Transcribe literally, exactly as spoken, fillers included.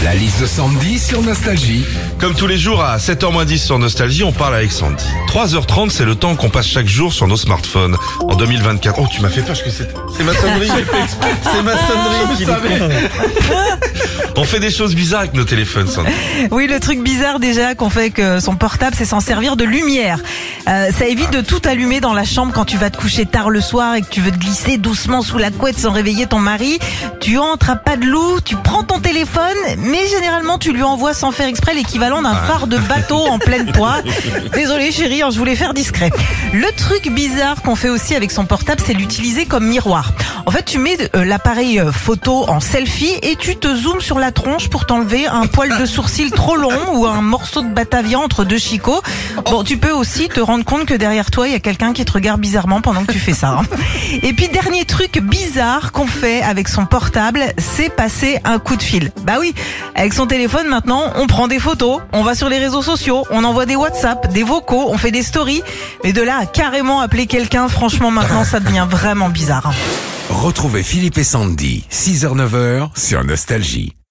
La liste de Sandy sur Nostalgie. Comme tous les jours à sept heures moins dix sur Nostalgie, on parle avec Sandy. trois heures trente, c'est le temps qu'on passe chaque jour sur nos smartphones. En deux mille vingt-quatre. Oh, tu m'as fait peur, parce que c'est, c'est ma sonnerie. C'est ma sonnerie qui est... On fait des choses bizarres avec nos téléphones, Sandy. Oui, le truc bizarre déjà qu'on fait avec euh, son portable, c'est s'en servir de lumière. Euh, ça évite de tout allumer dans la chambre quand tu vas te coucher tard le soir et que tu veux te glisser doucement sous la couette sans réveiller ton mari. Tu entres à pas de loup, tu prends ton téléphone, mais généralement tu lui envoies sans faire exprès l'équivalent d'un phare de bateau en pleine poire. Désolé chérie, hein, je voulais faire discret. Le truc bizarre qu'on fait aussi avec son portable, c'est l'utiliser comme miroir. En fait, tu mets euh, l'appareil photo en selfie et tu te zoomes sur la tronche pour t'enlever un poil de sourcil trop long ou un morceau de batavia entre deux chicots. Bon, tu peux aussi te rendre compte que derrière toi, il y a quelqu'un qui te regarde bizarrement pendant que tu fais ça. Hein. Et puis, dernier truc bizarre qu'on fait avec son portable, c'est passer un coup de fil. Bah oui, avec son téléphone maintenant, on prend des photos, on va sur les réseaux sociaux, on envoie des WhatsApp, des vocaux, on fait des stories. Mais de là à carrément appeler quelqu'un, franchement maintenant, ça devient vraiment bizarre. Hein. Retrouvez Philippe et Sandy, six heures neuf heures sur Nostalgie.